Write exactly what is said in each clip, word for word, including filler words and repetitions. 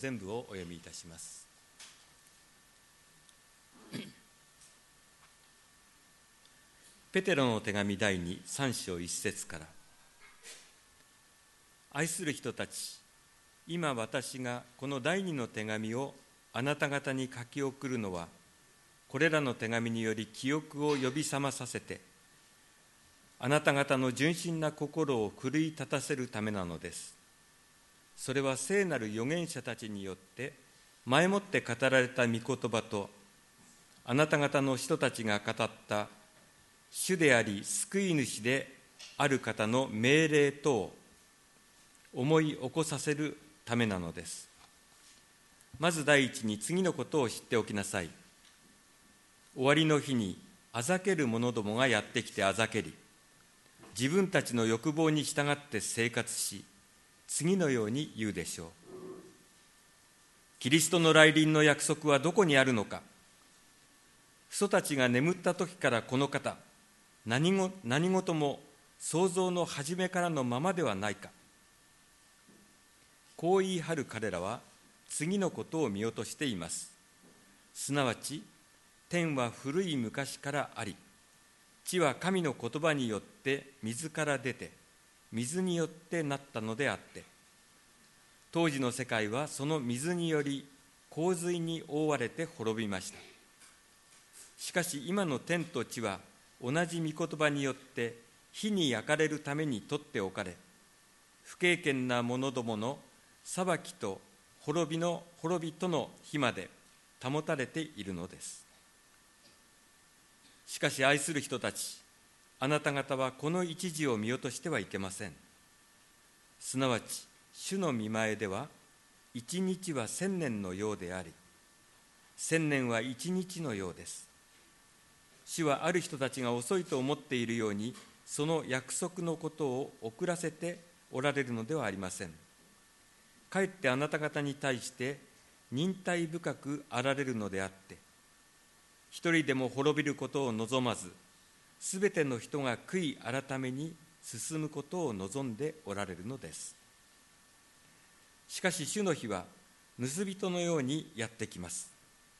全部をお読みいたします。ペテロの手紙第に、さん章いち節から。愛する人たち、今私がこの第二の手紙をあなた方に書き送るのは、これらの手紙により記憶を呼び覚まさせて、あなた方の純真な心を奮い立たせるためなのです。それは聖なる預言者たちによって前もって語られた御言葉と、あなた方の人たちが語った主であり救い主である方の命令とを思い起こさせるためなのです。まず第一に次のことを知っておきなさい。終わりの日にあざける者どもがやってきてあざけり、自分たちの欲望に従って生活し、次のように言うでしょう。キリストの来臨の約束はどこにあるのか。父祖たちが眠った時からこの方、何ご何事も創造の初めからのままではないか。こう言い張る彼らは次のことを見落としています。すなわち、天は古い昔からあり、地は神の言葉によって水から出て、水によってなったのであって、当時の世界はその水により洪水に覆われて滅びました。しかし今の天と地は同じ御言葉によって火に焼かれるために取っておかれ、不敬虔な者どもの裁きと滅びの滅びとの日まで保たれているのです。しかし愛する人たち、あなた方はこの一時を見落としてはいけません。すなわち、主の御前では、一日は千年のようであり、千年は一日のようです。主はある人たちが遅いと思っているように、その約束のことを遅らせておられるのではありません。かえってあなた方に対して忍耐深くあられるのであって、一人でも滅びることを望まず、すべての人が悔い改めに進むことを望んでおられるのです。しかし主の日は盗人のようにやってきます。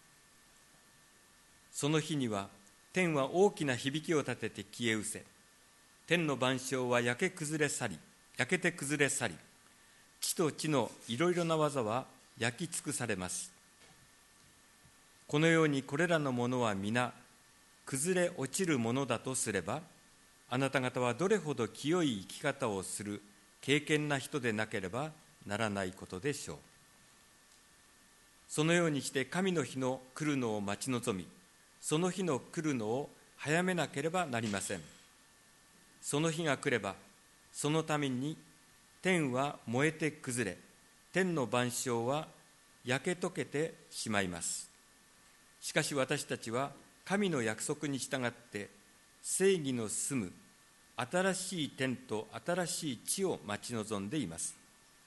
その日には天は大きな響きを立てて消え失せ、天の万象は焼け崩れ去り焼けて崩れ去り、地と地のいろいろな技は焼き尽くされます。このようにこれらのものは皆崩れ落ちるものだとすれば、あなた方はどれほど清い生き方をする敬虔な人でなければならないことでしょう。そのようにして神の日の来るのを待ち望み、その日の来るのを早めなければなりません。その日が来れば、そのために天は燃えて崩れ、天の万象は焼け溶けてしまいます。しかし私たちは神の約束に従って正義の住む新しい天と新しい地を待ち望んでいます。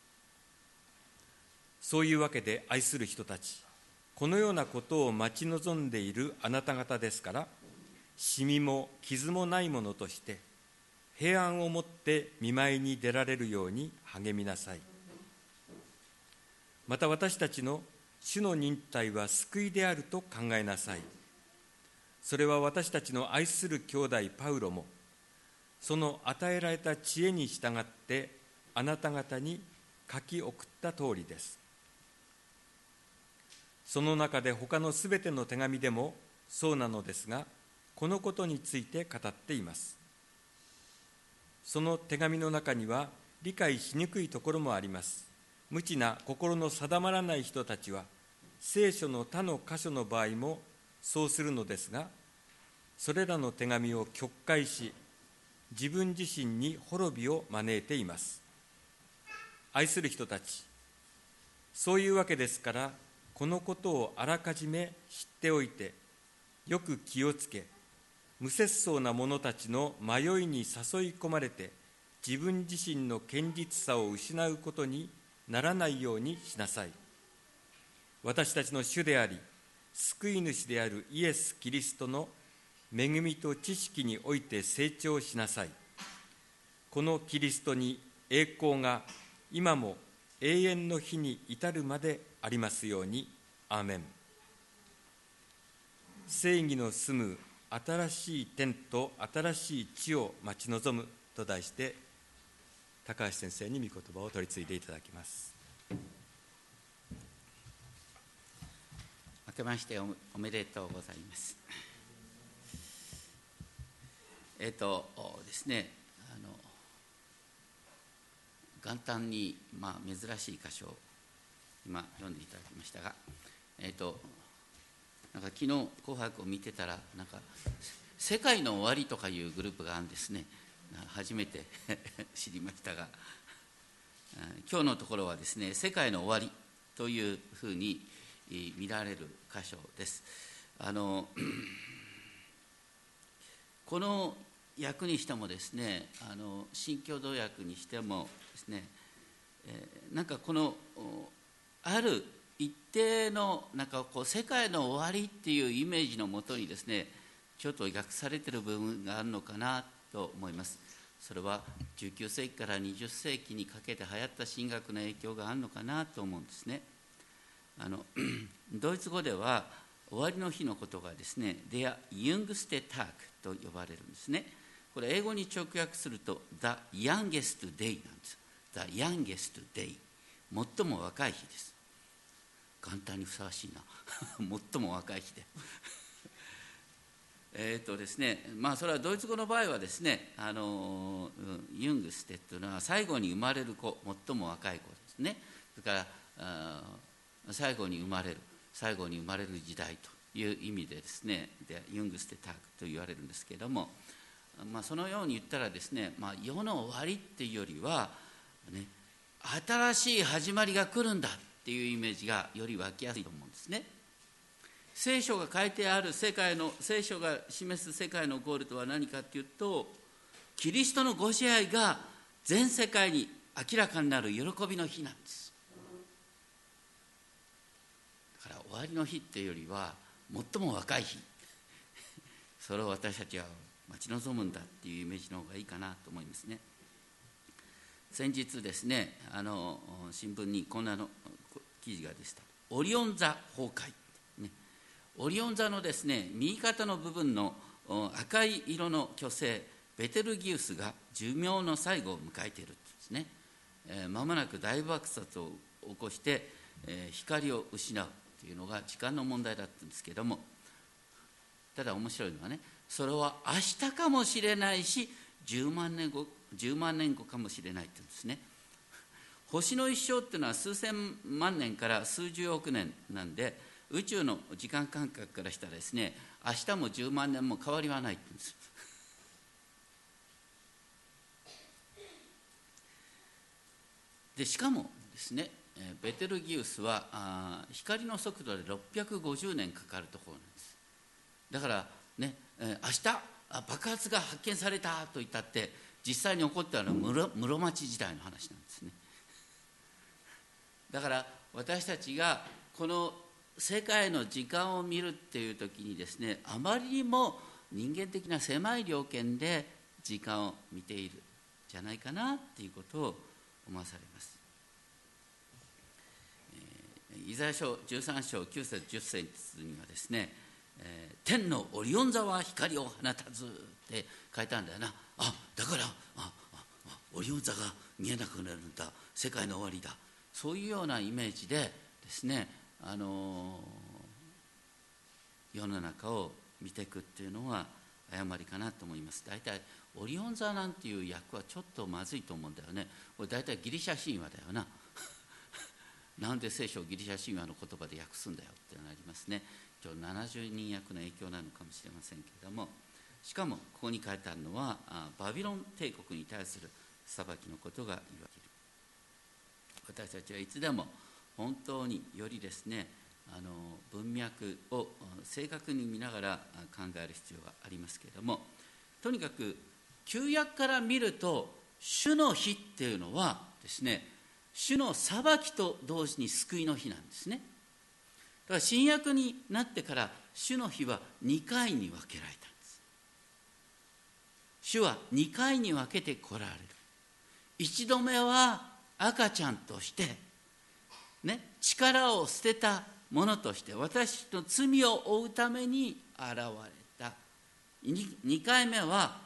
そういうわけで愛する人たち、このようなことを待ち望んでいるあなた方ですから、シミも傷もないものとして平安をもって見舞いに出られるように励みなさい。また私たちの主の忍耐は救いであると考えなさい。それは私たちの愛する兄弟パウロも、その与えられた知恵に従ってあなた方に書き送った通りです。その中で他のすべての手紙でもそうなのですが、このことについて語っています。その手紙の中には理解しにくいところもあります。無知な心の定まらない人たちは、聖書の他の箇所の場合もそうするのですが、それらの手紙を曲解し、自分自身に滅びを招いています。愛する人たち、そういうわけですから、このことをあらかじめ知っておいて、よく気をつけ、無節操な者たちの迷いに誘い込まれて、自分自身の堅実さを失うことにならないようにしなさい。私たちの主であり、救い主であるイエス・キリストの恵みと知識において成長しなさい。このキリストに栄光が今も永遠の日に至るまでありますように。アーメン。正義の住む新しい天と新しい地を待ち望むと題して、高橋先生に御言葉を取り次いでいただきます。 明けましておめでとうございます。えっとですね、あの元旦に、まあ、珍しい箇所を今読んでいただきましたが、えっとなんか昨日紅白を見てたら、なんか世界の終わりとかいうグループがあるんですね。初めて知りましたが、今日のところはですね、世界の終わりというふうに見られる箇所です。あのこの訳にしてもですね、あの新共同訳にしてもですね、えー、なんかこのある一定のなんかこう世界の終わりっていうイメージのもとにですね、ちょっと訳されている部分があるのかなと思います。それはじゅうきゅうせいきからにじゅっせいきにかけて流行った神学の影響があるのかなと思うんですね。あのドイツ語では終わりの日のことがですね、Der jüngste Tag と呼ばれるんですね。これ英語に直訳すると The youngest day なんです。The youngest day、 最も若い日です。元旦にふさわしいな最も若い日でえっとですね、まあそれはドイツ語の場合はですね、あのユングステというのは最後に生まれる子、最も若い子ですね。それから最後に生まれる、最後に生まれる時代という意味でですね、でユングステタークと言われるんですけれども、まあ、そのように言ったらですね、まあ、世の終わりっていうよりは、ね、新しい始まりが来るんだっていうイメージがより湧きやすいと思うんですね。聖書が書いてある世界の、聖書が示す世界のゴールとは何かっていうと、キリストのご支配が全世界に明らかになる喜びの日なんです。だから終わりの日っていうよりは最も若い日それを私たちは待ち望むんだっていうイメージの方がいいかなと思いますね。先日ですね、あの新聞にこんなの記事がでした。オリオン座崩壊、ね、オリオン座のですね、右肩の部分の赤い色の巨星ベテルギウスが寿命の最後を迎えているんですね。えー、間もなく大爆発を起こして、えー、光を失うというのが時間の問題だったんですけども、ただ面白いのはね、それは明日かもしれないしじゅうまんねんご、じゅうまんねんごかもしれないって言うんですね。星の一生っていうのは数千万年から数十億年なんで、宇宙の時間感覚からしたらですね、明日もじゅうまんねんも変わりはないって言うんです。でしかもですね、ベテルギウスはあ光の速度でろっぴゃくごじゅうねんかかるところなんです。だからね、明日爆発が発見されたと言ったって実際に起こったのは室室町時代の話なんですね。だから私たちがこの世界の時間を見るっていう時にですね、あまりにも人間的な狭い了見で時間を見ているんじゃないかなっていうことを思わされます。イザヤ書じゅうさんしょうきゅうせつじゅっせつにはですね、えー、天のオリオン座は光を放たずって書いたんだよな。あ、だからああオリオン座が見えなくなるんだ、世界の終わりだ、そういうようなイメージでですね、あのー、世の中を見ていくっていうのは誤りかなと思います。大体オリオン座なんていう訳はちょっとまずいと思うんだよね。これ大体ギリシャ神話だよななんで聖書をギリシャ神話の言葉で訳すんだよってなりますね。今日ななじゅうにん訳の影響なのかもしれませんけれども、しかもここに書いてあるのはバビロン帝国に対する裁きのことが言われる。私たちはいつでも本当によりですね、あの文脈を正確に見ながら考える必要がありますけれども、とにかく旧約から見ると主の日っていうのはですね、主の裁きと同時に救いの日なんですね。だから新約になってから主の日はにかいに分けられたんです。主はにかいに分けて来られる。一度目は赤ちゃんとしてね、力を捨てたものとして私の罪を負うために現れた。にかいめは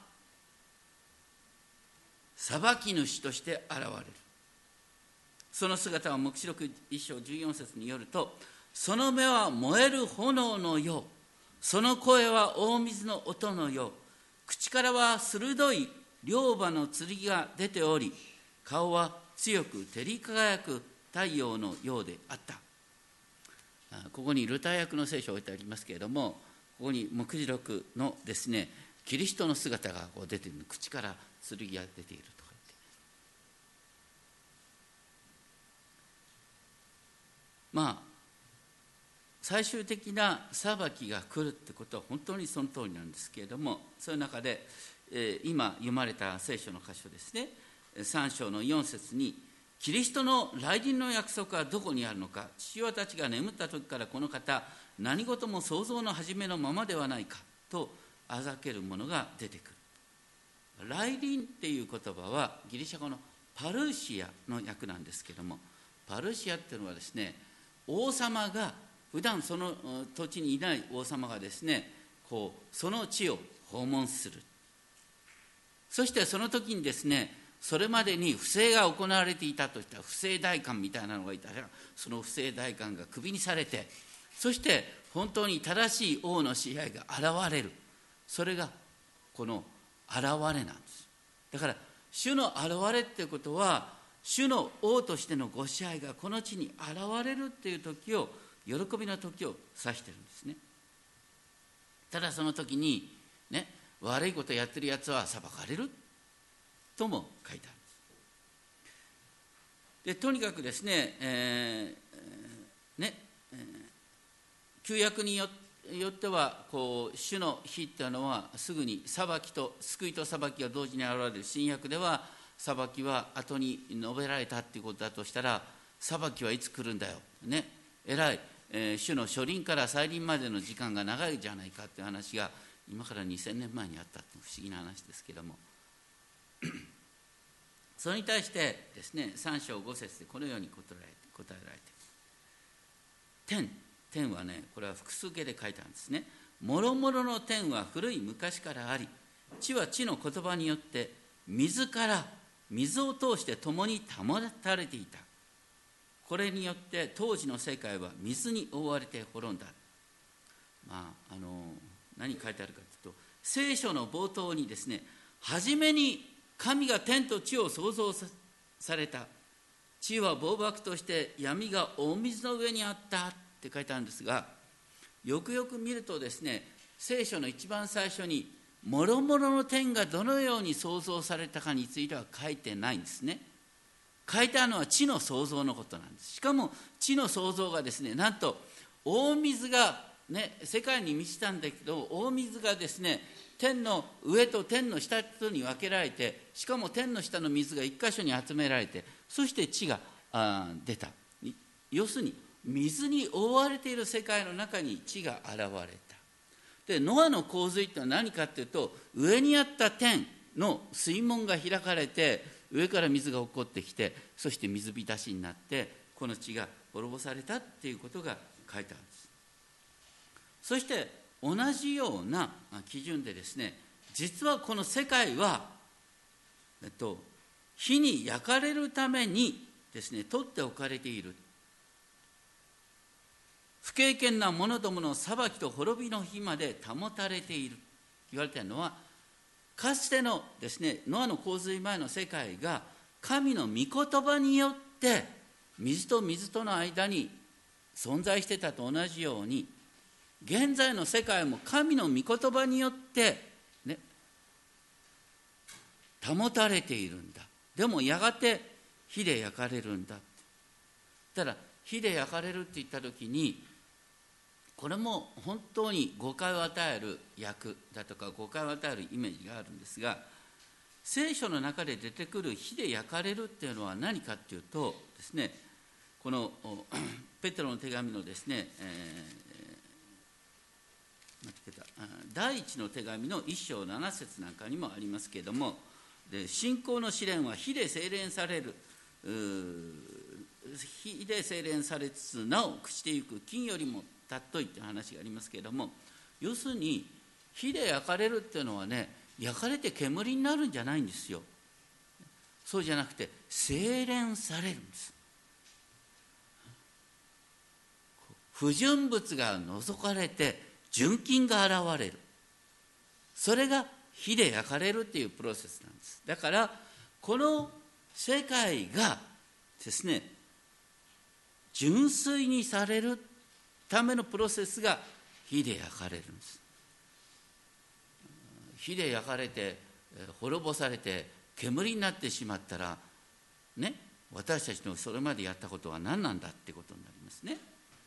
裁き主として現れる。その姿は黙示録いっ章じゅうよん節によると、その目は燃える炎のよう、その声は大水の音のよう、口からは鋭い両刃の剣が出ており、顔は強く照り輝く太陽のようであった。ここにルター訳の聖書を置いてありますけれども、ここに黙示録のですね、キリストの姿がこう出ている、口から剣が出ているとか言って、まあ最終的な裁きが来るってことは本当にその通りなんですけれども、そういう中で、えー、今読まれた聖書の箇所ですね、さん章のよん節に、キリストの来臨の約束はどこにあるのか、父親たちが眠った時からこの方何事も創造の始めのままではないかとあざけるものが出てくる。来臨っていう言葉はギリシャ語のパルシアの訳なんですけども、パルシアっていうのはですね、王様が普段その土地にいない王様がですね、こうその地を訪問する。そしてその時にですね、それまでに不正が行われていたとした不正代官みたいなのがいたら、その不正代官がクビにされて、そして本当に正しい王の支配が現れる。それがこの現れなんです。だから主の現れっていうことは、主の王としてのご支配がこの地に現れるっていう時を、喜びの時を指してるんですね。ただその時にね、悪いことをやってるやつは裁かれるとも書いてあるんです。でとにかくですね、えーねえー、旧約によってはこう主の日っていうのはすぐに裁きと救いと裁きが同時に現れる。新約では裁きは後に述べられたっていうことだとしたら、裁きはいつ来るんだよ、ね、えらい、えー、主の初臨から再臨までの時間が長いじゃないかっていう話が今からにせんねんまえにあったって不思議な話ですけどもそれに対してですね、さん章ご節でこのように答えられて答えられている。天、天はね、これは複数形で書いてあるんですね。もろもろの天は古い昔からあり、地は地の言葉によって水から水を通して共に保たれていた。これによって当時の世界は水に覆われて滅んだ。まあ、あの何書いてあるかというと、聖書の冒頭にですね、初めに神が天と地を創造 さ, された。地は暴漠として闇が大水の上にあったって書いてあるんですが、よくよく見るとですね、聖書の一番最初にもろもろの天がどのように創造されたかについては書いてないんですね。書いてあるのは地の創造のことなんです。しかも地の創造がですね、なんと大水が、ね、世界に満ちたんだけど、大水がですね、天の上と天の下とに分けられて、しかも天の下の水が一箇所に集められて、そして地が出た。要するに水に覆われている世界の中に地が現れた。でノアの洪水ってのは何かっていうと、上にあった天の水門が開かれて、上から水が落っこってきて、そして水浸しになってこの地が滅ぼされたっていうことが書いてあるんです。そして同じような基準でですね、実はこの世界は、えっと、火に焼かれるためにですね、取っておかれている。不敬虔な者どもの裁きと滅びの日まで保たれていると言われているのは、かつてのですね、ノアの洪水前の世界が神の御言葉によって水と水との間に存在してたと同じように、現在の世界も神の御言葉によって、ね、保たれているんだ。でもやがて火で焼かれるんだ。ただ火で焼かれるって言った時に、これも本当に誤解を与える訳だとか誤解を与えるイメージがあるんですが、聖書の中で出てくる火で焼かれるっていうのは何かっていうとですね、このペテロの手紙のですね、えー、間違えた第一の手紙の一章七節なんかにもありますけれども、で信仰の試練は火で精錬される火で精錬されつつなお朽ちてゆく金よりも尊いという話がありますけれども、要するに火で焼かれるっていうのはね、焼かれて煙になるんじゃないんですよ。そうじゃなくて精錬されるんです。不純物が除かれて純金が現れる。それが火で焼かれるっていうプロセスなんです。だからこの世界がですね、純粋にされるためのプロセスが火で焼かれるんです。火で焼かれて滅ぼされて煙になってしまったらね、私たちのそれまでやったことは何なんだってことになりますね。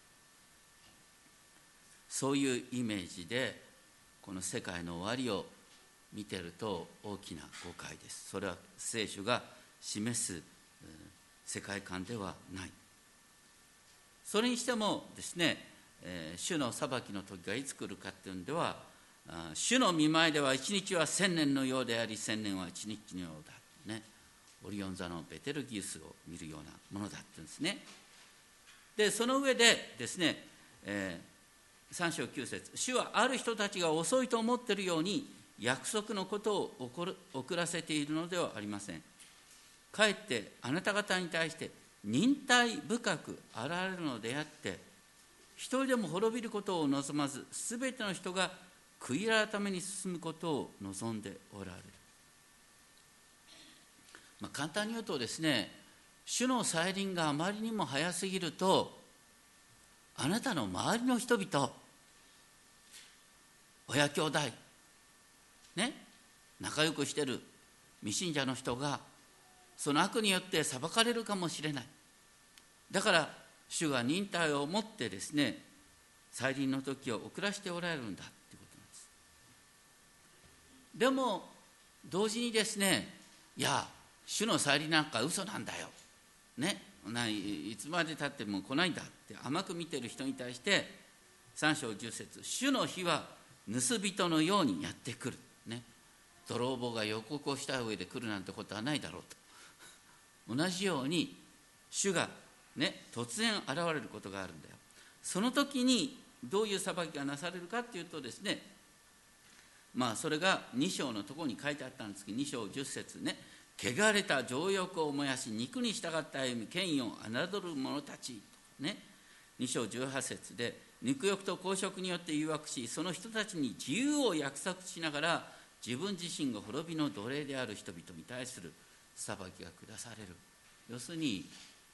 そういうイメージでこの世界の終わりを見てると大きな誤解です。それは聖書が示す世界観ではない。それにしてもですね、えー、主の裁きの時がいつ来るかっていうんでは、主の御前では一日は千年のようであり、千年は一日のようだ、ね、オリオン座のベテルギウスを見るようなものだって言うんですね。でその上でですね、えー、さん章きゅう節、主はある人たちが遅いと思っているように約束のことを遅らせているのではありません。かえってあなた方に対して忍耐深くあられるのであって、一人でも滅びることを望まず、すべての人が悔い改めに進むことを望んでおられる。まあ、簡単に言うとですね、主の再臨があまりにも早すぎると、あなたの周りの人々、親兄弟ね、仲良くしてる未信者の人がその悪によって裁かれるかもしれない。だから主が忍耐を持ってですね、再臨の時を遅らせておられるんだということなんです。でも同時にですね、いや主の再臨なんか嘘なんだよ、ね、いつまでたっても来ないんだって甘く見てる人に対して、さん章じゅっ節、主の日は盗人のようにやってくる、ね、泥棒が予告をした上で来るなんてことはないだろうと。同じように主が、ね、突然現れることがあるんだよ。その時にどういう裁きがなされるかというとですね、まあそれがに章のところに書いてあったんですけど、に章じゅっ節ね、汚れた情欲を燃やし肉に従って歩み権威を侮る者たち、ね、に章じゅうはち節で、肉欲と公職によって誘惑し、その人たちに自由を約束しながら自分自身が滅びの奴隷である人々に対する裁きが下される。要するに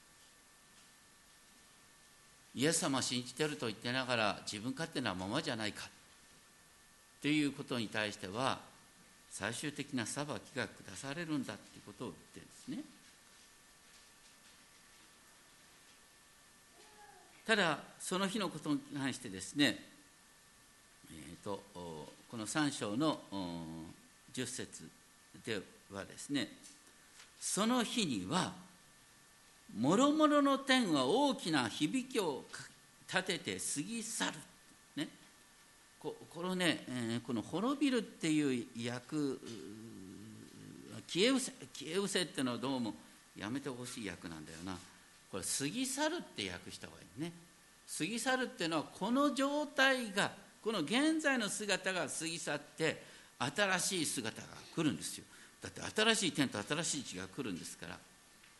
イエス様を信じていると言ってながら自分勝手なままじゃないかということに対しては最終的な裁きが下されるんだということを言ってるんですね。ただその日のことに関してですね、えー、とこのさん章のじゅっ節ではですね、その日にはもろもろの天は大きな響きを立てて過ぎ去る、ね、こ, このね、えー、この滅びるっていう訳、消え失せ消え失せっていうのはどうもやめてほしい訳なんだよな。これ過ぎ去るって訳した方がいいね。過ぎ去るっていうのはこの状態が、この現在の姿が過ぎ去って新しい姿が来るんですよ。だって新しい天と新しい地が来るんですから。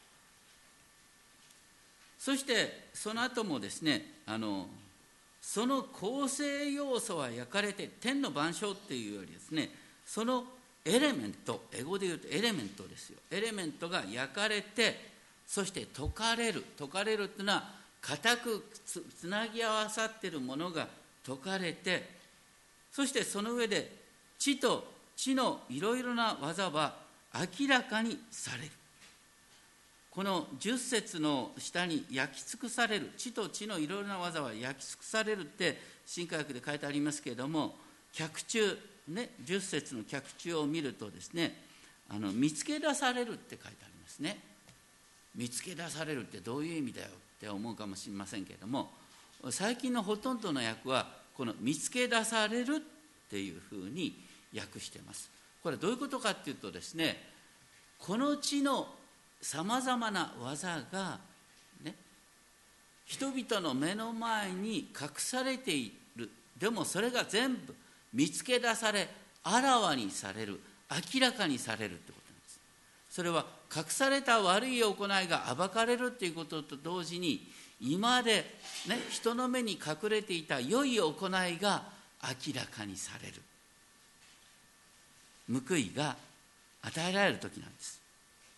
そしてその後もですね、あのその構成要素は焼かれて、天の万象っていうよりですね、そのエレメント、英語で言うとエレメントですよ。エレメントが焼かれて、そして溶かれる。溶かれるっていうのは固く つ, つなぎ合わさっているものが溶かれて、そしてその上で地と地のいろいろな技は明らかにされる。このじゅっ節の下に焼き尽くされる、地と地のいろいろな技は焼き尽くされるって新科学で書いてありますけれども、脚注ね、じゅっ節の脚注を見るとですね、あの見つけ出されるって書いてありますね。見つけ出されるってどういう意味だよって思うかもしれませんけれども、最近のほとんどの訳はこの見つけ出されるっていうふうに訳しています。これはどういうことかっていうとですね、この地のさまざまな技が、ね、 人々の目の前に隠されている。でもそれが全部見つけ出され、あらわにされる、明らかにされるってことなんです。それは隠された悪い行いが暴かれるっていうことと同時に、今まで、ね、人の目に隠れていた良い行いが明らかにされる。報いが与えられる時なんです。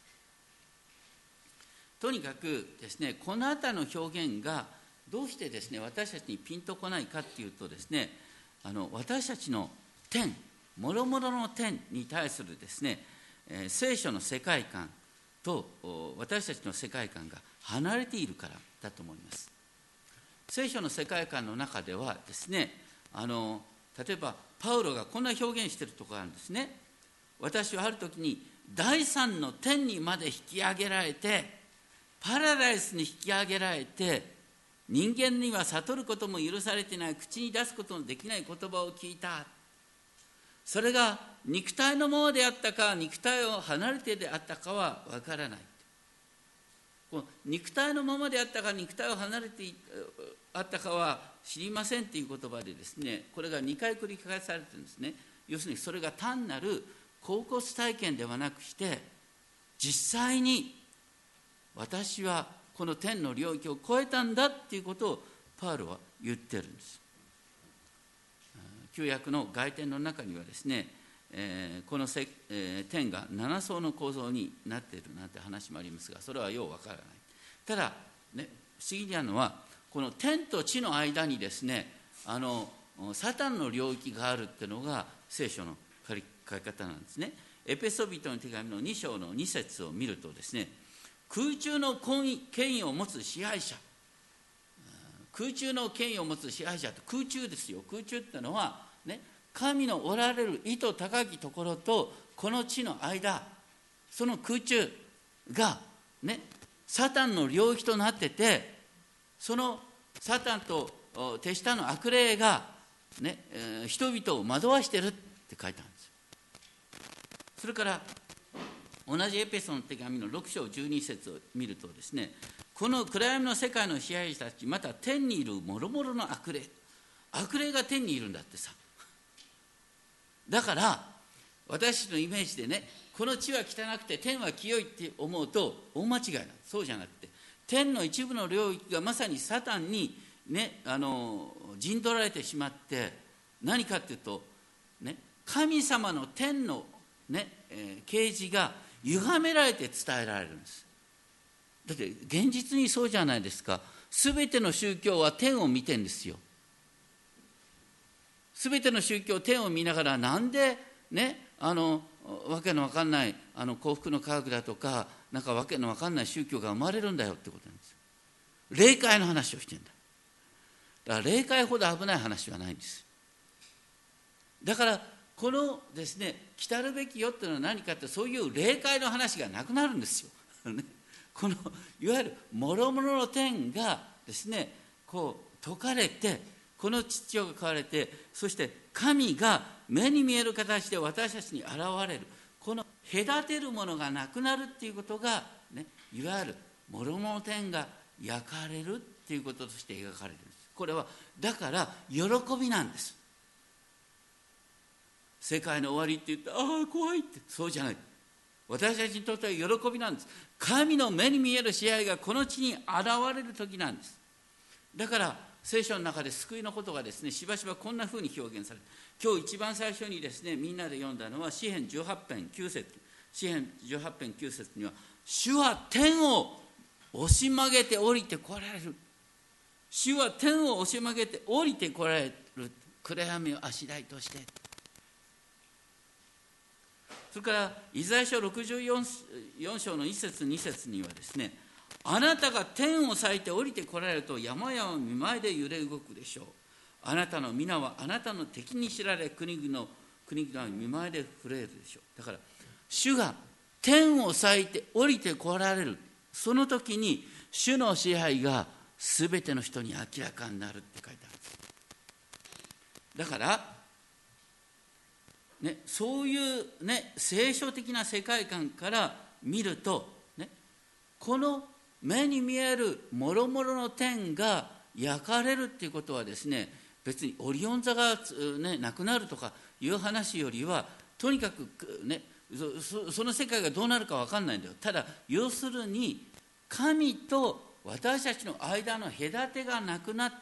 とにかくですね、このあたりの表現がどうしてですね、私たちにピンとこないかっていうとですね、あの私たちの天、もろもろの天に対するですね、えー、聖書の世界観と私たちの世界観が離れているからだと思います。聖書の世界観の中ではですね、あの例えばパウロがこんな表現しているところがあるんですね。私はある時に第三の天にまで引き上げられて、パラダイスに引き上げられて、人間には悟ることも許されていない、口に出すことのできない言葉を聞いた。それが肉体のものであったか、肉体を離れてであったかは分からない。この肉体のままであったか、肉体を離れてあったかは知りませんという言葉でですね、これがにかい繰り返されてるんですね。要するにそれが単なる恍惚体験ではなくして、実際に私はこの天の領域を超えたんだっていうことをパウロは言ってるんです。旧約の外典の中にはですね、えー、このせ、えー、天がなな層の構造になっているなんて話もありますが、それはようわからない。ただ、ね、不思議なのは、この天と地の間にですね、あのサタンの領域があるっていうのが聖書の書き方なんですね。エペソビトの手紙のに章のに節を見るとですね、空中の権威を持つ支配者、空中の権威を持つ支配者と、空中ですよ。空中ってのは、ね、神のおられる意図高きところとこの地の間、その空中が、ね、サタンの領域となってて、そのサタンと手下の悪霊が、ね、えー、人々を惑わしてるって書いてあるんですよ。それから同じエペソの手紙のろく章じゅうに節を見るとですね、この暗闇の世界の支配者たち、また天にいる諸々の悪霊、悪霊が天にいるんだってさ。だから私のイメージでね、この地は汚くて天は清いって思うと大間違いなんです。そうじゃなくて、天の一部の領域がまさにサタンに、ね、あの陣取られてしまって、何かっていうと、ね、神様の天の、ねえー、啓示が歪められて伝えられるんです。だって現実にそうじゃないですか。すべての宗教は天を見てんですよ。すべての宗教、天を見ながら、なんでね、あのわけのわかんないあの幸福の科学だとか、なんかわけのわかんない宗教が生まれるんだよってことなんですよ。霊界の話をしてるんだ。だから霊界ほど危ない話はないんです。だからこのですね、来たるべきよっていうのは何かって、そういう霊界の話がなくなるんですよ。このいわゆる諸々の天がですね、こう解かれて、この秩序が変われて、そして神が目に見える形で私たちに現れる、この隔てるものがなくなるっていうことが、ね、いわゆる諸々の天が焼かれるっていうこととして描かれているんです。これはだから喜びなんです。世界の終わりって言って、ああ怖いって、そうじゃない。私たちにとっては喜びなんです。神の目に見える支配がこの地に現れる時なんです。だから聖書の中で救いのことがですね、しばしばこんな風に表現される。今日一番最初にですね、みんなで読んだのは詩編じゅうはち編きゅう節。詩編じゅうはち編きゅう節には、主は天を押し曲げて降りてこられる。主は天を押し曲げて降りてこられる。暗闇をあしらいとして。それからイザヤ書ろくじゅうよん章のいち節に節にはですね、あなたが天を裂いて降りてこられると山々見舞いで揺れ動くでしょう。あなたの皆はあなたの敵に知られ、国々の国々の見舞いで震えるでしょう。だから主が天を裂いて降りてこられる、その時に主の支配がすべての人に明らかになるって書いてあるんです。だからね、そういう、ね、聖書的な世界観から見ると、ね、この目に見えるもろもろの天が焼かれるっていうことはですね、別にオリオン座が、ね、なくなるとかいう話よりは、とにかくね、そ, その世界がどうなるか分かんないんだよ。ただ要するに神と私たちの間の隔てがなくなって、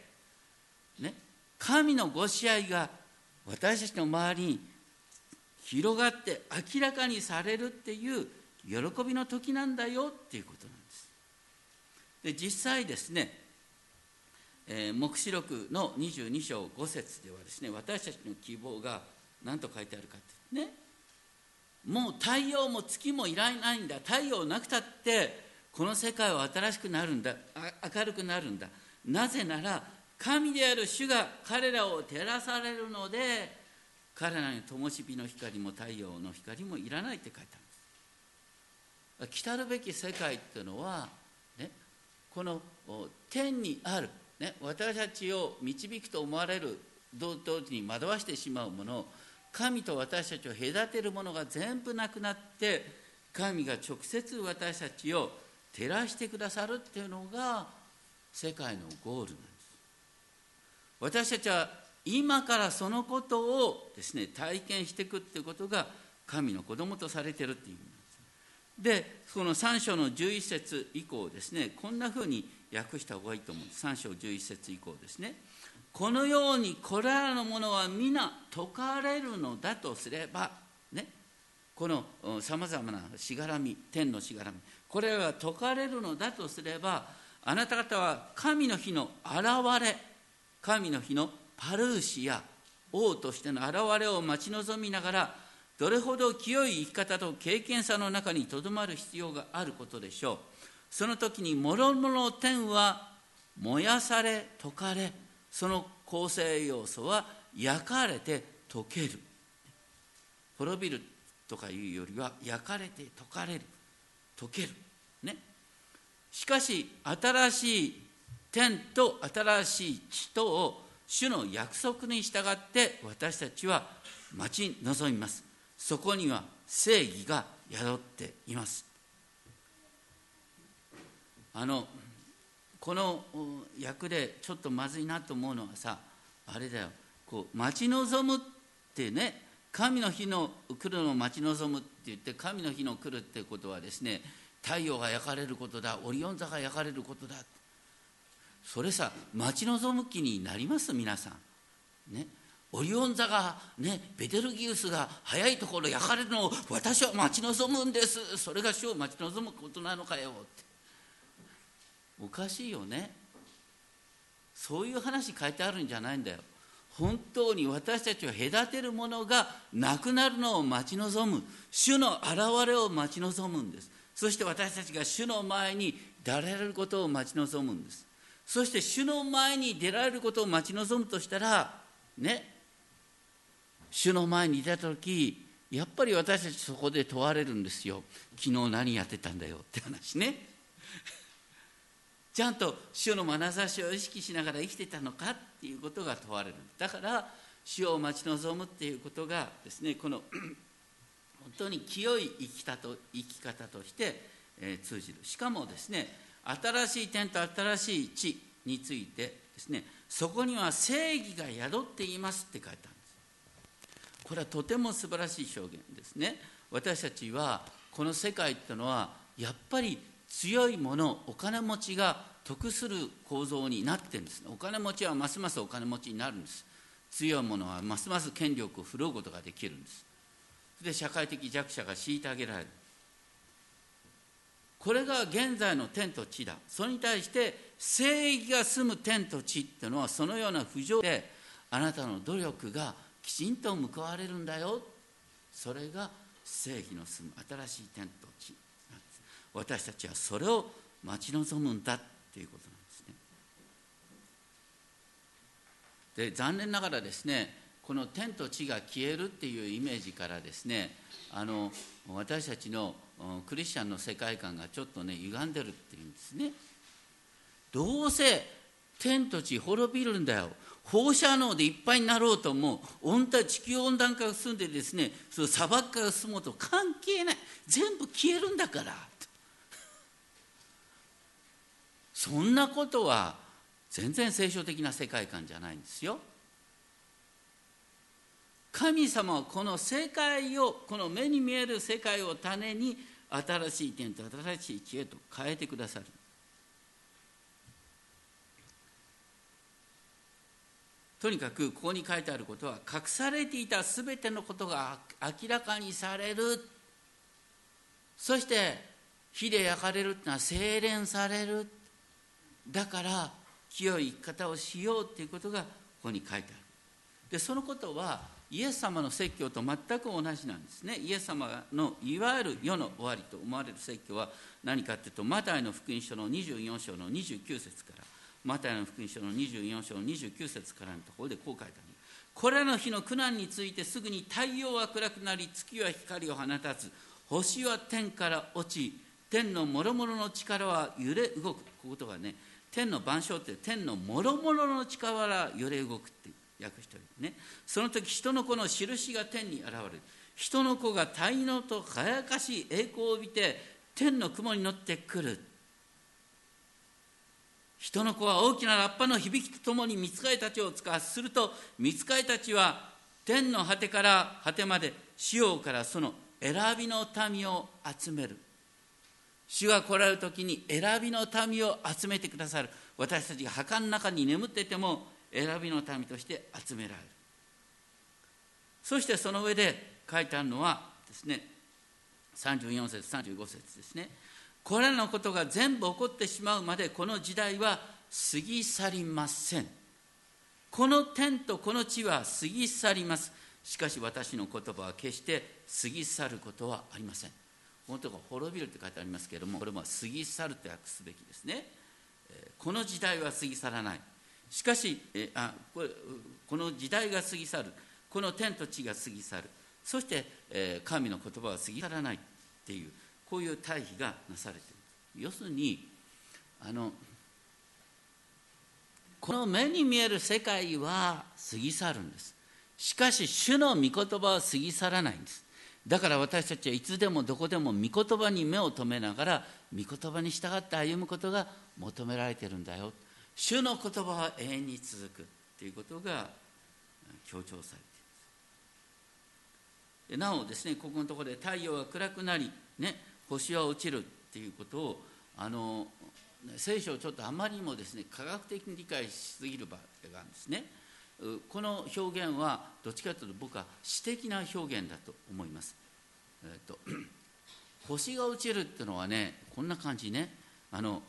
ね、神のご支配が私たちの周りに広がって明らかにされるっていう喜びの時なんだよっていうことなんです。で、実際ですね、えー、黙示録のにじゅうに章ご節ではですね、私たちの希望が何と書いてあるかってね、もう太陽も月もいらないんだ、太陽なくたってこの世界は新しくなるんだ、明るくなるんだ。なぜなら神である主が彼らを照らされるので、彼らに灯火の光も太陽の光もいらないって書いてあるんです。来たるべき世界っていうのは、ね、この天にある、ね、私たちを導くと思われる同時に惑わしてしまうもの、神と私たちを隔てるものが全部なくなって、神が直接私たちを照らしてくださるっていうのが世界のゴールなんです。私たちは今からそのことをですね、体験していくっていうことが神の子供とされているっていう意味なんです。で、このさん章のじゅういち節以降ですね、こんなふうに訳した方がいいと思うんです。さん章じゅういち節以降ですね、このようにこれらのものは皆解かれるのだとすれば、ね、このさまざまなしがらみ、天のしがらみ、これらが解かれるのだとすれば、あなた方は神の日の現れ、神の日のパルーシや王としての現れを待ち望みながら、どれほど清い生き方と敬虔さの中にとどまる必要があることでしょう。その時に諸々の天は燃やされ解かれ、その構成要素は焼かれて溶ける。滅びるとかいうよりは焼かれて溶かれる、溶ける、ね。しかし新しい天と新しい地とを主の約束に従って私たちは待ち望みます。そこには正義が宿っています。あのこの訳でちょっとまずいなと思うのはさ、あれだよ、こう待ち望むってね、神の日の来るのを待ち望むって言って、神の日の来るってことはですね、太陽が焼かれることだ、オリオン座が焼かれることだ。それさ、待ち望む気になります皆さんね。オリオン座がね、ベテルギウスが早いところ焼かれるのを私は待ち望むんです。それが主を待ち望むことなのかよって、おかしいよね。そういう話書いてあるんじゃないんだよ。本当に私たちを隔てるものがなくなるのを待ち望む、主の現れを待ち望むんです。そして私たちが主の前に出られることを待ち望むんです。そして主の前に出られることを待ち望むとしたらね、主の前に出た時、やっぱり私たちそこで問われるんですよ。昨日何やってたんだよって話ね。ちゃんと主の眼差しを意識しながら生きてたのかっていうことが問われる。だから主を待ち望むっていうことがですね、この本当に清い生き方と生き方として、えー、通じる。しかもですね、新しい天と新しい地についてですね、そこには正義が宿っていますって書いてあるんです。これはとても素晴らしい表現ですね。私たちはこの世界っていうのはやっぱり強いもの、お金持ちが得する構造になってるんですね。お金持ちはますますお金持ちになるんです。強いものはますます権力を振るうことができるんです。で、社会的弱者が虐げられる。これが現在の天と地だ。それに対して正義が住む天と地っていうのはそのような浮上で、あなたの努力がきちんと報われるんだよ。それが正義の住む新しい天と地なんです。私たちはそれを待ち望むんだっていうことなんですね。で、残念ながらですね、この天と地が消えるっていうイメージからですね、あの私たちのクリスチャンの世界観がちょっとね歪んでるっていうんですね。どうせ天と地滅びるんだよ、放射能でいっぱいになろうとも温帯地球温暖化が進んでですね、その砂漠化が進むと関係ない、全部消えるんだから。 そんなことは全然聖書的な世界観じゃないんですよ。神様はこの世界を、この目に見える世界を種に新しい天と新しい地へと変えてくださる。とにかくここに書いてあることは、隠されていたすべてのことが明らかにされる。そして火で焼かれるというのは精錬される。だから清い生き方をしようということがここに書いてある。でそのことはイエス様の説教と全く同じなんですね。イエス様のいわゆる世の終わりと思われる説教は何かというと、マタイの福音書のにじゅうよん章のにじゅうきゅう節から、マタイの福音書のにじゅうよん章のにじゅうきゅう節からのところでこう書いてある。これらの日の苦難について、すぐに太陽は暗くなり、月は光を放たず、星は天から落ち、天の諸々の力は揺れ動く。こういうことがね、天の万象って天の諸々の力は揺れ動くって訳してるね。その時人の子の印が天に現れる。人の子が太陽と輝かしい栄光を帯びて天の雲に乗ってくる。人の子は大きなラッパの響きとともに御使いたちを使わすると、御使いたちは天の果てから果てまで、四方からその選びの民を集める。主が来られる時に選びの民を集めてくださる。私たちが墓の中に眠っていても選びの民として集められる。そしてその上で書いてあるのはですね、さんじゅうよん節さんじゅうご節ですね。これらのことが全部起こってしまうまでこの時代は過ぎ去りません。この天とこの地は過ぎ去ります。しかし私の言葉は決して過ぎ去ることはありません。このところ滅びるって書いてありますけれども、これも過ぎ去ると訳すべきですね。この時代は過ぎ去らない。しかしえあ こ, れこの時代が過ぎ去る。この天と地が過ぎ去る。そして、えー、神の言葉は過ぎ去らないっていう、こういう対比がなされている。要するにあのこの目に見える世界は過ぎ去るんです。しかし主の御言葉は過ぎ去らないんです。だから私たちはいつでもどこでも御言葉に目を留めながら、御言葉に従って歩むことが求められているんだよ。主の言葉は永遠に続くということが強調されています。でなおですね、ここのところで太陽が暗くなり、ね、星は落ちるっていうことを、あの聖書をちょっとあまりにもですね科学的に理解しすぎる場合があるんですね。この表現はどっちかというと僕は詩的な表現だと思います。えっと、星が落ちるっていうのはね、こんな感じね、あの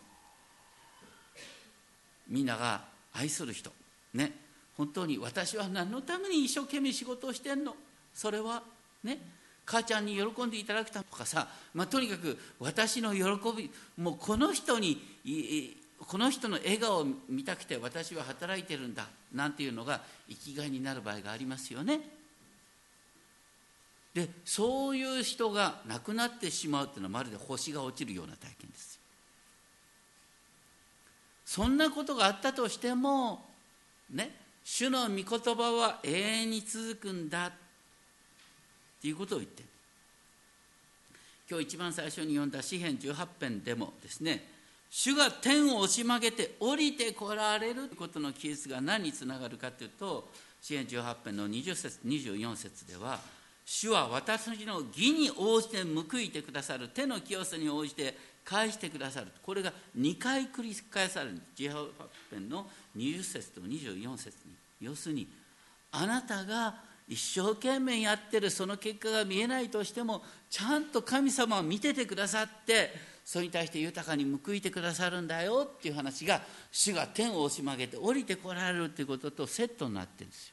みんなが愛する人ね、本当に私は何のために一生懸命仕事をしてんの、それはね、母ちゃんに喜んでいただくためとかさ、まあ、とにかく私の喜び、もうこの人にこの人の笑顔を見たくて私は働いてるんだなんていうのが生きがいになる場合がありますよね。でそういう人が亡くなってしまうっていうのはまるで星が落ちるような体験ですよ。そんなことがあったとしてもね、主の御言葉は永遠に続くんだっていうことを言ってる。今日一番最初に読んだ詩編じゅうはち編でもですね、主が天を押し曲げて降りてこられることの記述が何につながるかというと、詩編じゅうはち編のにじゅう節にじゅうよん節では、主は私の義に応じて報いてくださる、手の清さに応じて返してくださる。これがにかい繰り返される。じゅうはち編のにじゅう節とにじゅうよん節に、要するにあなたが一生懸命やってるその結果が見えないとしても、ちゃんと神様は見ててくださって、それに対して豊かに報いてくださるんだよっていう話が、主が天を押し曲げて降りてこられるということとセットになってるんですよ。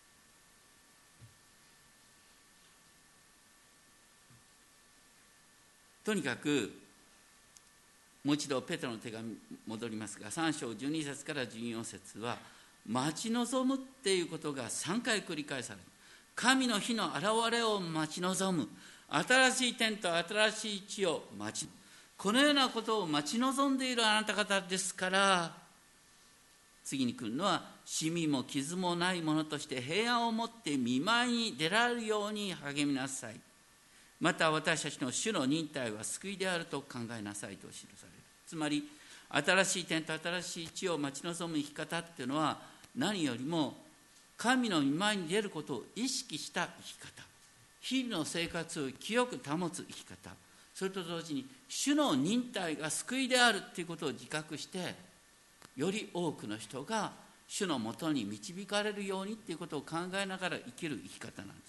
とにかくもう一度ペテロの手紙戻りますが、さん章じゅうに節からじゅうよん節は待ち望むっていうことがさんかい繰り返される。神の日の現れを待ち望む、新しい天と新しい地を待ち、このようなことを待ち望んでいるあなた方ですから、次に来るのは、シミも傷もないものとして平安を持って見舞いに出られるように励みなさい。また私たちの主の忍耐は救いであると考えなさいと記される。つまり新しい天と新しい地を待ち望む生き方っていうのは、何よりも神の御前に出ることを意識した生き方、日々の生活を清く保つ生き方、それと同時に主の忍耐が救いであるということを自覚して、より多くの人が主のもとに導かれるようにということを考えながら生きる生き方なんです。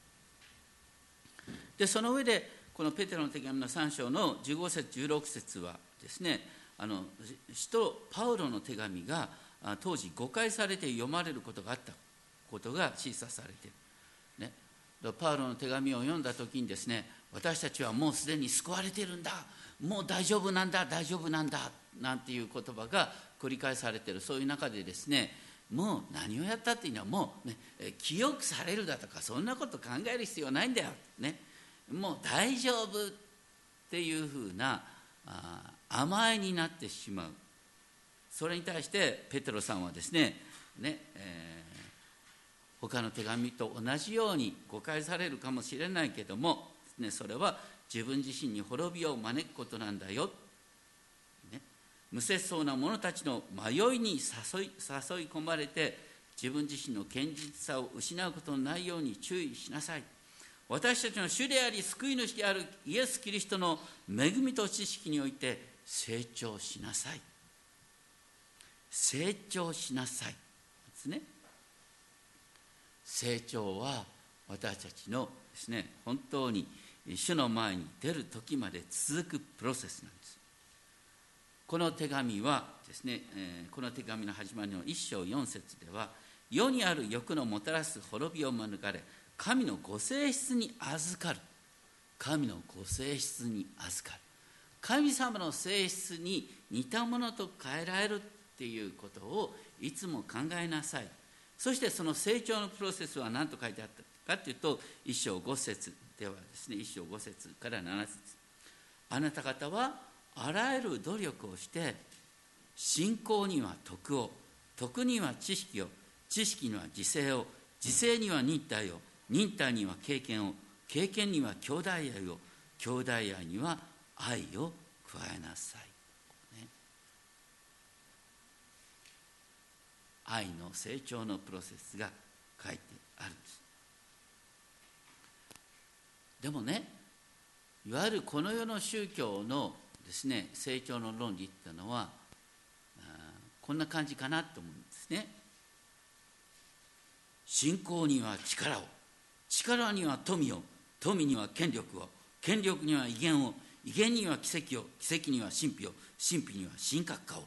でその上でこのペテロの手紙のさん章のじゅうご節じゅうろく節はですね、あの使徒パウロの手紙が当時誤解されて読まれることがあったことが示唆されている、ね、パウロの手紙を読んだ時にですね、私たちはもうすでに救われているんだ、もう大丈夫なんだ大丈夫なんだなんていう言葉が繰り返されている。そういう中でですね、もう何をやったっていうのはもうね、清くされるだとかそんなこと考える必要ないんだよ、ね、もう大丈夫っていうふうなあ甘えになってしまう。それに対してペテロさんはですね、ね、えー、他の手紙と同じように誤解されるかもしれないけども、ね、それは自分自身に滅びを招くことなんだよ、ね、無節操な者たちの迷いに誘い、誘い込まれて自分自身の堅実さを失うことのないように注意しなさい。私たちの主であり救い主であるイエス・キリストの恵みと知識において成長しなさい。成長しなさいですね。成長は私たちのですね、本当に主の前に出る時まで続くプロセスなんです。この手紙はですね、えー、この手紙の始まりの一章四節では、世にある欲のもたらす滅びを免れ、神のご性質に預かる。神のご性質に預かる。神様の性質に似たものと変えられるっていうことをいつも考えなさい。そしてその成長のプロセスは何と書いてあったかというと、一章五節ではですね、一章五節から七節。あなた方はあらゆる努力をして、信仰には徳を、徳には知識を、知識には自制を、自制には忍耐を、忍耐には経験を、経験には兄弟愛を、兄弟愛には愛を加えなさい、ね、愛の成長のプロセスが書いてあるんです。でもね、いわゆるこの世の宗教のですね、成長の論理っていうのはこんな感じかなと思うんですね。信仰には力を、力には富を、富には権力を、権力には威厳を、威厳には奇跡を、奇跡には神秘を、神秘には神格化を。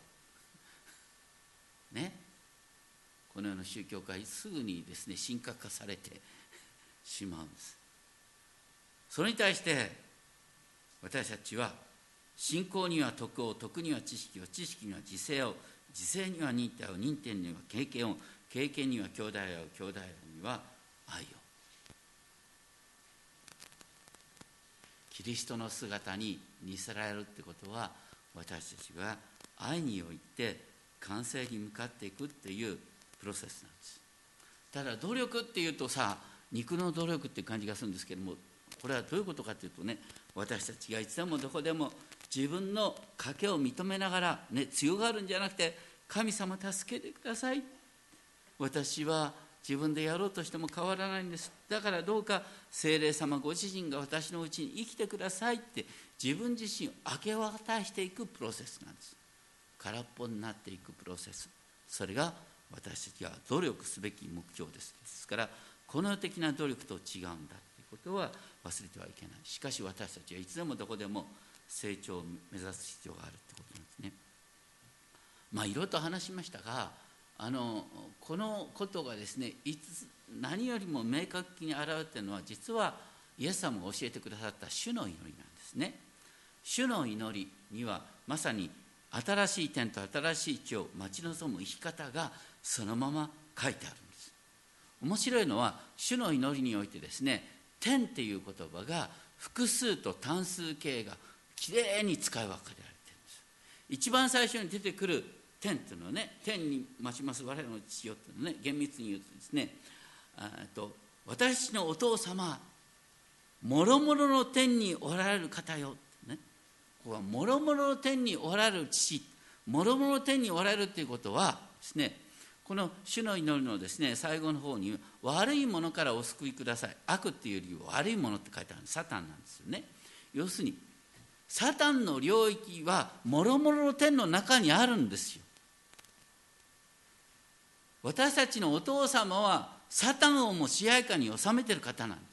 ね。このような宗教界、すぐにですね、神格化されてしまうんです。それに対して、私たちは、信仰には徳を、徳には知識を、知識には自制を、自制には忍耐を、忍耐には経験を、経験には兄弟愛を、兄弟愛には愛を。キリストの姿に似せられるってことは、私たちが愛において完成に向かっていくっていうプロセスなんです。ただ努力っていうとさ、肉の努力っていう感じがするんですけども、これはどういうことかというとね、私たちがいつでもどこでも自分の賭けを認めながら、ね、強がるんじゃなくて、神様助けてください、私は自分でやろうとしても変わらないんです、だからどうか聖霊様ご自身が私のうちに生きてくださいって自分自身を明け渡していくプロセスなんです。空っぽになっていくプロセス、それが私たちが努力すべき目標です。ですからこの世的な努力と違うんだということは忘れてはいけない。しかし私たちはいつでもどこでも成長を目指す必要があるということなんですね。まあいろいろと話しましたが、あのこのことがですね、いつ何よりも明確に現れているのは、実はイエス様が教えてくださった主の祈りなんですね。主の祈りにはまさに新しい天と新しい地を待ち望む生き方がそのまま書いてあるんです。面白いのは、主の祈りにおいてですね、天っていう言葉が複数と単数形がきれいに使い分けられているんです。一番最初に出てくる天というのはね、天に増します我らの父よというのね、厳密に言うとですね、あと私のお父様、もろもろの天におられる方よ、ね、ここはもろもろの天におられる父、 もろもろ天におられるということはですね、この主の祈りのですね最後の方に、悪いものからお救いください、悪っていうより悪いものって書いてある、サタンなんですよね。要するにサタンの領域はもろもろの天の中にあるんですよ。私たちのお父様はサタンをも支配下に収めている方なんです。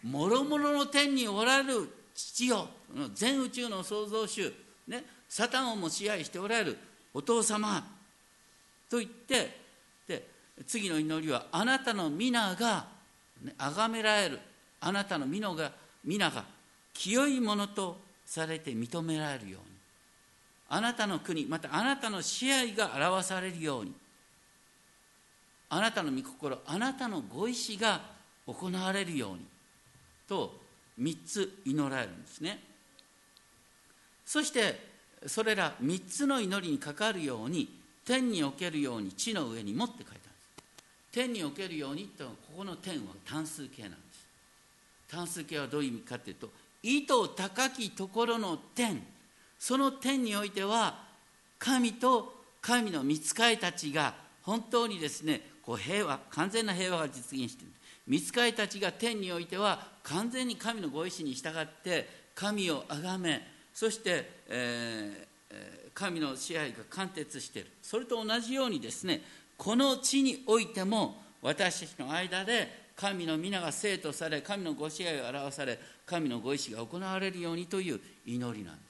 もろもろの天におられる父よ、全宇宙の創造主、ね、サタンをも支配しておられるお父様と言って、で次の祈りは、あなたの皆が崇められる、あなたの皆が皆が清いものとされて認められるように、あなたの国、またあなたの支配が表されるように、あなたの御心、あなたのご意志が行われるようにとみっつ祈られるんですね。そしてそれらみっつの祈りにかかるように、天におけるように地の上にもって書いてあるんです。天におけるようにと、ここの天は単数形なんです。単数形はどういう意味かというと、意図高きところの天、その天においては神と神の御使いたちが本当にですね、こう平和、完全な平和が実現している。御使いたちが天においては完全に神のご意志に従って神を崇め、そして、えー神の支配が貫徹している。それと同じようにですね、この地においても私たちの間で神の皆が生とされ、神のご支配が表され、神のご意志が行われるようにという祈りなんです。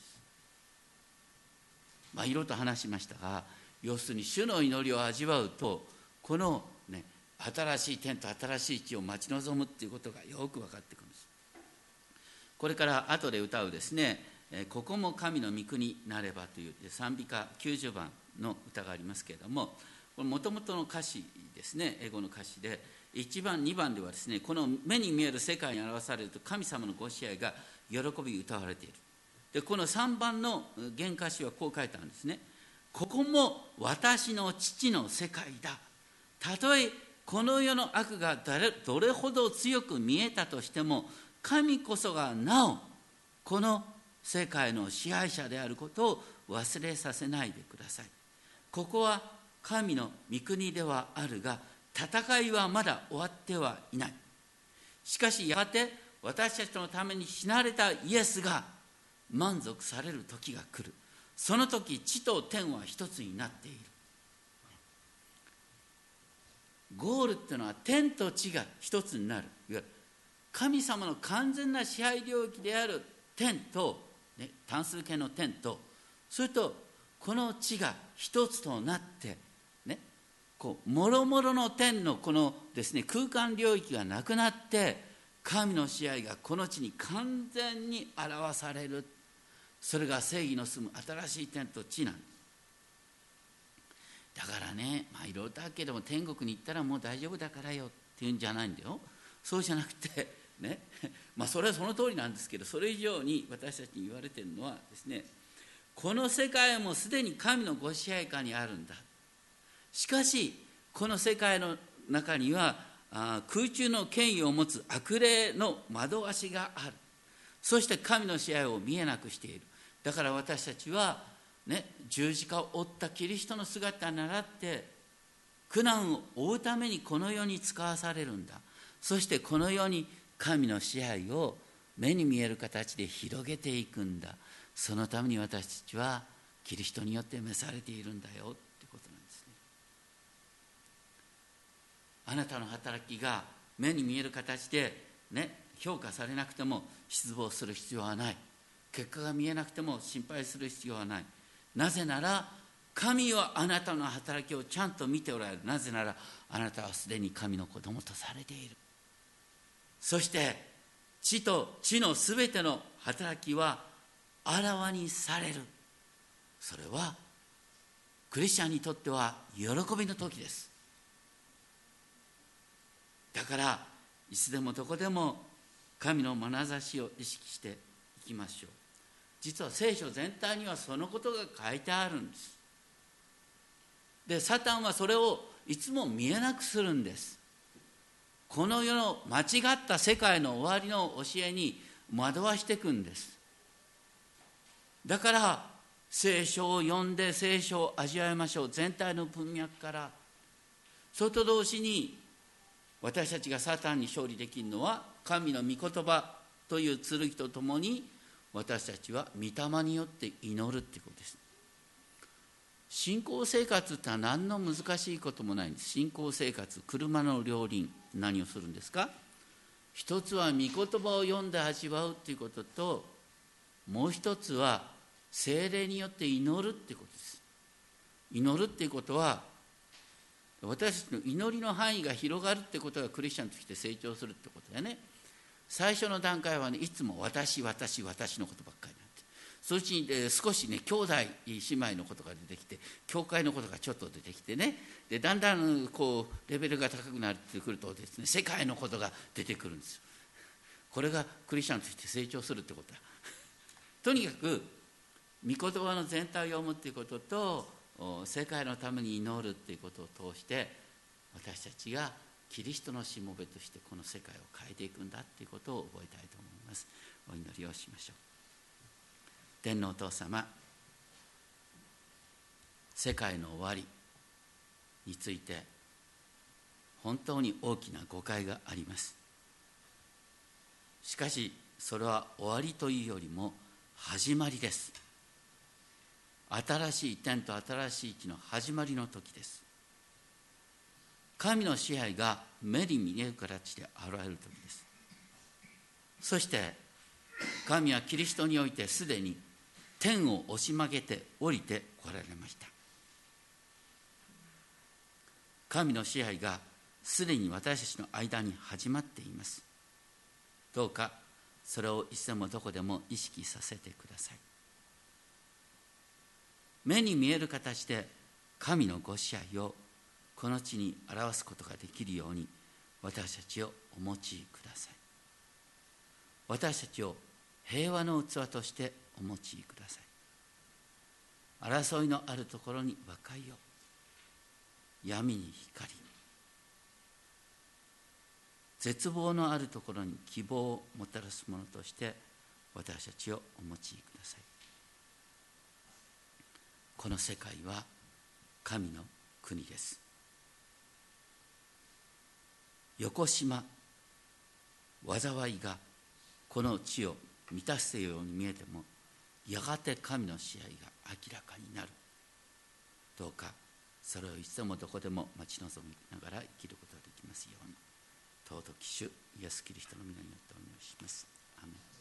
まあいろいろと話しましたが、要するに主の祈りを味わうと、このね、新しい天と新しい地を待ち望むっていうことがよく分かってくるんです。これから後で歌うですね、ここも神の御国なればという賛美歌きゅうじゅうばんの歌がありますけれども、これもともとの歌詞ですね、英語の歌詞で、いちばんにばんではですね、この目に見える世界に表されると神様のご支配が喜び歌われている。でこのさんばんの原歌詞はこう書いたんですね。ここも私の父の世界だ。たとえこの世の悪がどれほど強く見えたとしても、神こそがなおこの世界の支配者であることを忘れさせないでください。ここは神の御国ではあるが、戦いはまだ終わってはいない。しかしやがて私たちのために死なれたイエスが満足される時が来る。その時地と天は一つになっている。ゴールっていうのは天と地が一つになる。いわゆる神様の完全な支配領域である天と、ね、単数形の天と、それとこの地が一つとなってね、こうもろもろの天のこのですね空間領域がなくなって、神の支配がこの地に完全に表される。それが正義の住む新しい天と地なんです。だからね、まあいろいろとあるけども、天国に行ったらもう大丈夫だからよっていうんじゃないんだよ。そうじゃなくてね、まあそれはその通りなんですけど、それ以上に私たちに言われているのはですね、この世界もすでに神のご支配下にあるんだ。しかしこの世界の中にはあ空中の権威を持つ悪霊の惑わしがある。そして神の支配を見えなくしている。だから私たちは、ね、十字架を追ったキリストの姿に倣って苦難を負うためにこの世に使わされるんだ。そしてこの世に神の支配を目に見える形で広げていくんだ。そのために私たちはキリストによって召されているんだよってことなんですね。あなたの働きが目に見える形で、ね、評価されなくても失望する必要はない。結果が見えなくても心配する必要はない。なぜなら神はあなたの働きをちゃんと見ておられる。なぜならあなたはすでに神の子供とされている。そして地と地のすべての働きはあらわにされる。それはクリスチャンにとっては喜びの時です。だからいつでもどこでも神の眼差しを意識していきましょう。実は聖書全体にはそのことが書いてあるんです。でサタンはそれをいつも見えなくするんです。この世の間違った世界の終わりの教えに惑わしていくんです。だから聖書を読んで聖書を味わいましょう。全体の文脈から。それと同時に私たちがサタンに勝利できるのは神の御言葉という剣とともに、私たちは御霊によって祈るっていうことです。信仰生活ってのは何の難しいこともないんです。信仰生活、車の両輪、何をするんですか？一つは御言葉を読んで味わうっていうことと、もう一つは聖霊によって祈るっていうことです。祈るっていうことは、私たちの祈りの範囲が広がるってことがクリスチャンとして成長するってことだよね。最初の段階はね、いつも私、私、私のことばっかりなんて。そのうちに、えー、少しね、兄弟、姉妹のことが出てきて、教会のことがちょっと出てきてね、でだんだんこうレベルが高くなってくるとですね、世界のことが出てくるんですよ。これがクリスチャンとして成長するってことだ。とにかく、御言葉の全体を読むっていうことと、世界のために祈るっていうことを通して、私たちがキリストのしもべとしてこの世界を変えていくんだっていうことを覚えたいと思います。お祈りをしましょう。天のお父様、世界の終わりについて本当に大きな誤解があります。しかしそれは終わりというよりも始まりです。新しい天と新しい地の始まりの時です。神の支配が目に見える形で現れる時です。そして神はキリストにおいてすでに天を押し曲げて降りてこられました。神の支配がすでに私たちの間に始まっています。どうかそれをいつでもどこでも意識させてください。目に見える形で神のご支配をこの地に表すことができるように私たちをお持ちください。私たちを平和の器としてお持ちください。争いのあるところに和解を、闇に光、絶望のあるところに希望をもたらすものとして私たちをお持ちください。この世界は神の国です。よこしま、災いがこの地を満たすように見えても、やがて神の支配が明らかになる。どうかそれをいつでもどこでも待ち望みながら生きることができますように、尊き主イエスキリストの皆によってお願いします。アーメン。